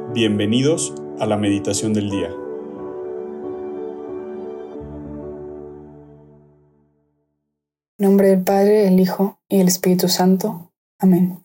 Bienvenidos a la meditación del día. En nombre del Padre, del Hijo y del Espíritu Santo. Amén.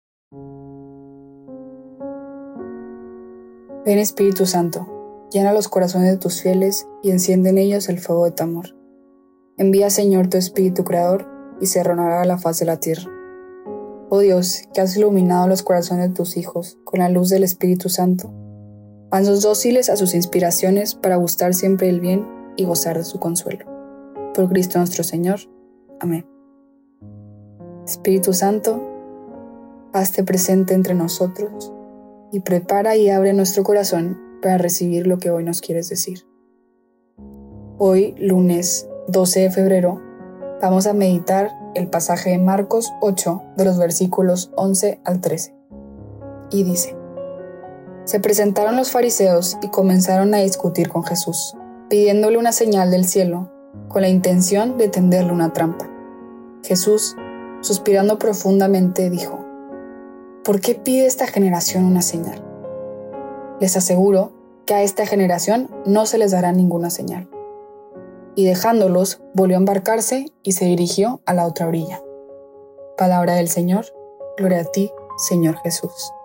Ven Espíritu Santo, llena los corazones de tus fieles y enciende en ellos el fuego de tu amor. Envía, Señor, tu Espíritu Creador y se renovará la faz de la tierra. Oh Dios, que has iluminado los corazones de tus hijos con la luz del Espíritu Santo, haznos dóciles a sus inspiraciones para gustar siempre del bien y gozar de su consuelo. Por Cristo nuestro Señor. Amén. Espíritu Santo, hazte presente entre nosotros y prepara y abre nuestro corazón para recibir lo que hoy nos quieres decir. Hoy, lunes 12 de febrero, vamos a meditar el pasaje de Marcos 8, de los versículos 11 al 13. Y dice: Se presentaron los fariseos y comenzaron a discutir con Jesús, pidiéndole una señal del cielo, con la intención de tenderle una trampa. Jesús, suspirando profundamente, dijo: ¿Por qué pide esta generación una señal? Les aseguro que a esta generación no se les dará ninguna señal. Y dejándolos, volvió a embarcarse y se dirigió a la otra orilla. Palabra del Señor. Gloria a ti, Señor Jesús.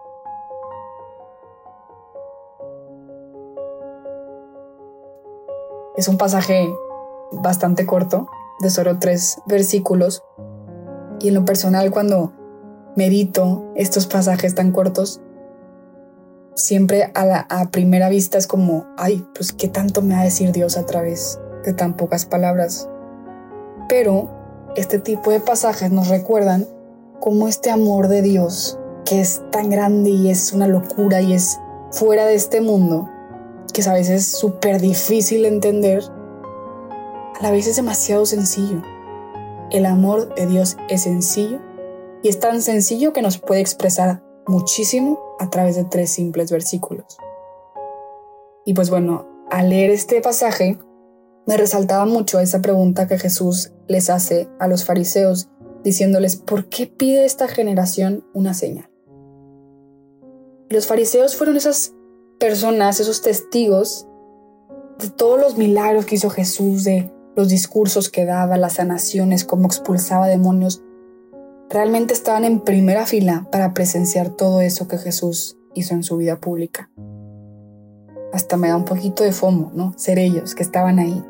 Es un pasaje bastante corto, de solo 3 versículos, y en lo personal, cuando medito estos pasajes tan cortos, siempre a primera vista es como, pues qué tanto me va a decir Dios a través de tan pocas palabras. Pero este tipo de pasajes nos recuerdan cómo este amor de Dios, que es tan grande y es una locura y es fuera de este mundo, que a veces es súper difícil de entender, a la vez es demasiado sencillo. El amor de Dios es sencillo y es tan sencillo que nos puede expresar muchísimo a través de 3 simples versículos. Y pues bueno, al leer este pasaje me resaltaba mucho esa pregunta que Jesús les hace a los fariseos, diciéndoles: ¿por qué pide esta generación una señal? Los fariseos fueron esas personas, esos testigos de todos los milagros que hizo Jesús, de los discursos que daba, las sanaciones, cómo expulsaba demonios. Realmente estaban en primera fila para presenciar todo eso que Jesús hizo en su vida pública. Hasta me da un poquito de FOMO, ¿no? Ser ellos que estaban ahí.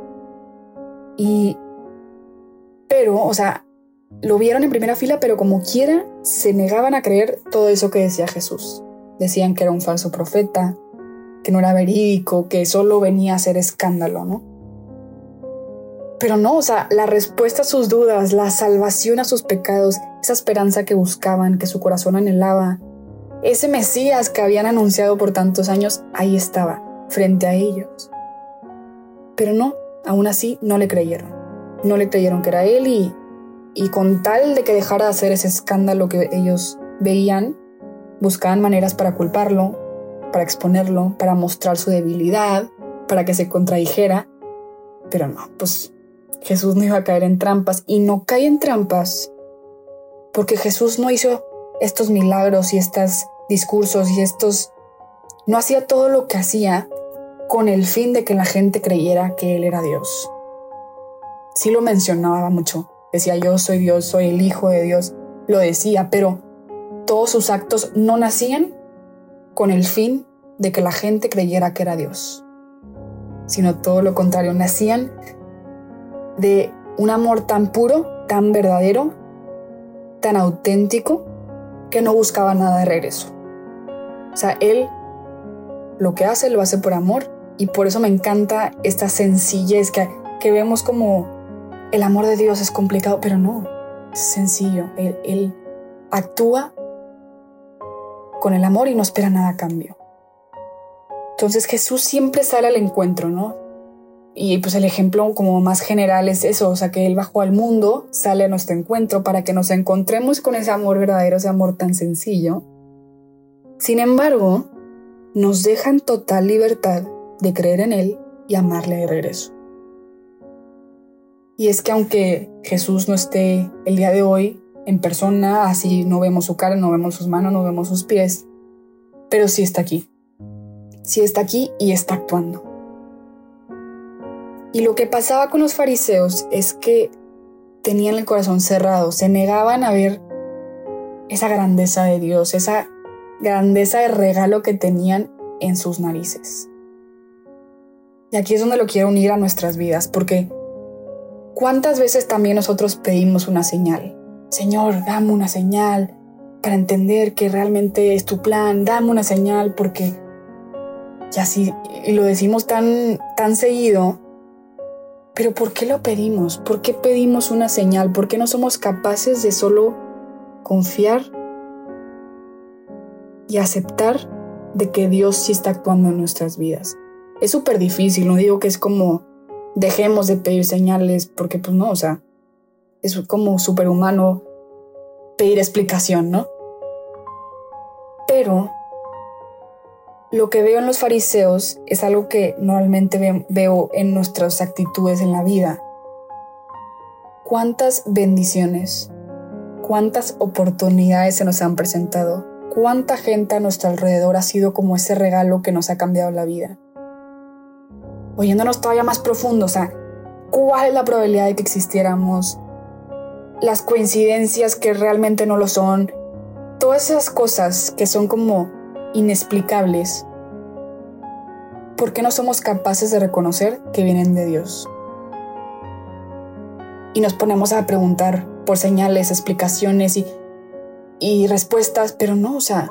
Pero, lo vieron en primera fila, pero como quiera, se negaban a creer todo eso que decía Jesús. Decían que era un falso profeta, que no era verídico, que solo venía a hacer escándalo, ¿no? Pero no, la respuesta a sus dudas, la salvación a sus pecados, esa esperanza que buscaban, que su corazón anhelaba, ese Mesías que habían anunciado por tantos años, ahí estaba, frente a ellos. Pero no, aún así no le creyeron. No le creyeron que era él y con tal de que dejara de hacer ese escándalo que ellos veían, buscaban maneras para culparlo, para exponerlo, para mostrar su debilidad, para que se contradijera. Pero no, pues Jesús no iba a caer en trampas, y no cae en trampas porque Jesús no hizo estos milagros y estos discursos no hacía todo lo que hacía con el fin de que la gente creyera que Él era Dios. Sí lo mencionaba mucho, decía: yo soy Dios, soy el Hijo de Dios, lo decía, pero todos sus actos no nacían con el fin de que la gente creyera que era Dios, sino todo lo contrario, nacían de un amor tan puro, tan verdadero, tan auténtico, que no buscaba nada de regreso. Él lo que hace, lo hace por amor, y por eso me encanta esta sencillez que vemos como el amor de Dios es complicado, pero no, es sencillo. Él actúa con el amor y no espera nada a cambio. Entonces Jesús siempre sale al encuentro, ¿no? Y pues el ejemplo como más general es eso, que Él bajó al mundo, sale a nuestro encuentro para que nos encontremos con ese amor verdadero, ese amor tan sencillo. Sin embargo, nos deja en total libertad de creer en Él y amarle de regreso. Y es que aunque Jesús no esté el día de hoy en persona, así no vemos su cara, no vemos sus manos, no vemos sus pies, pero sí está aquí, sí está aquí y está actuando. Y lo que pasaba con los fariseos es que tenían el corazón cerrado, se negaban a ver esa grandeza de Dios, esa grandeza de regalo que tenían en sus narices. Y aquí es donde lo quiero unir a nuestras vidas, porque ¿cuántas veces también nosotros pedimos una señal? Señor, dame una señal para entender que realmente es tu plan, dame una señal, porque ya sí, y lo decimos tan seguido, pero ¿por qué lo pedimos? ¿Por qué pedimos una señal? ¿Por qué no somos capaces de solo confiar y aceptar de que Dios sí está actuando en nuestras vidas? Es súper difícil, no digo que es como dejemos de pedir señales, porque pues no, o sea, es como superhumano pedir explicación, ¿no? Pero lo que veo en los fariseos es algo que normalmente veo en nuestras actitudes en la vida. ¿Cuántas bendiciones, cuántas oportunidades se nos han presentado? ¿Cuánta gente a nuestro alrededor ha sido como ese regalo que nos ha cambiado la vida? Oyéndonos todavía más profundo, o sea, ¿cuál es la probabilidad de que existiéramos? Las coincidencias que realmente no lo son. Todas esas cosas que son como inexplicables. ¿Por qué no somos capaces de reconocer que vienen de Dios? Y nos ponemos a preguntar por señales, explicaciones y respuestas, pero no, o sea,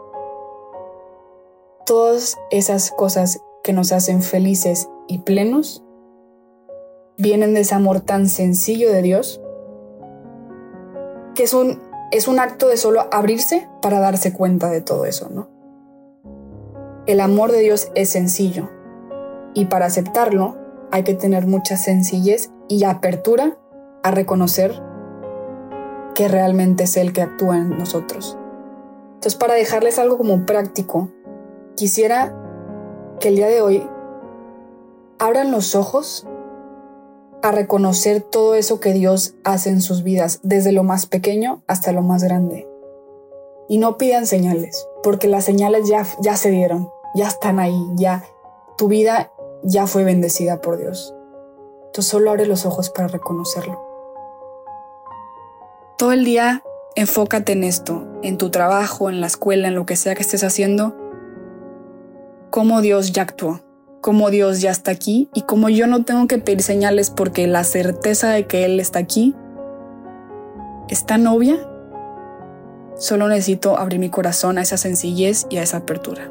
todas esas cosas que nos hacen felices y plenos vienen de ese amor tan sencillo de Dios, que es un acto de solo abrirse para darse cuenta de todo eso, ¿no? El amor de Dios es sencillo y para aceptarlo hay que tener mucha sencillez y apertura a reconocer que realmente es Él que actúa en nosotros. Entonces, para dejarles algo como práctico, quisiera que el día de hoy abran los ojos a reconocer todo eso que Dios hace en sus vidas, desde lo más pequeño hasta lo más grande. Y no pidan señales, porque las señales ya se dieron, ya están ahí, ya tu vida ya fue bendecida por Dios. Entonces solo abre los ojos para reconocerlo. Todo el día enfócate en esto, en tu trabajo, en la escuela, en lo que sea que estés haciendo, cómo Dios ya actuó, cómo Dios ya está aquí y cómo yo no tengo que pedir señales porque la certeza de que Él está aquí es tan obvia. Solo necesito abrir mi corazón a esa sencillez y a esa apertura.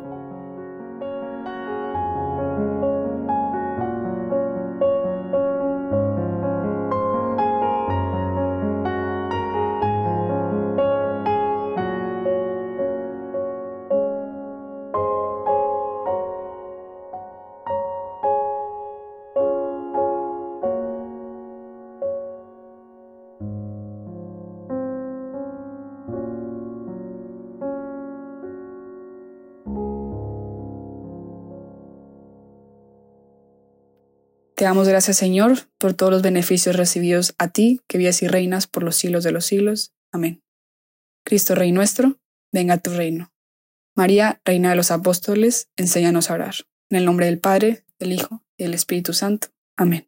Te damos gracias, Señor, por todos los beneficios recibidos a ti, que vives y reinas por los siglos de los siglos. Amén. Cristo, Rey nuestro, venga a tu reino. María, Reina de los Apóstoles, enséñanos a orar. En el nombre del Padre, del Hijo y del Espíritu Santo. Amén.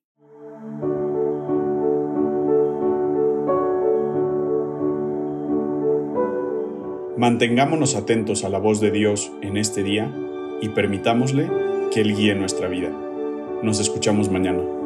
Mantengámonos atentos a la voz de Dios en este día y permitámosle que Él guíe nuestra vida. Nos escuchamos mañana.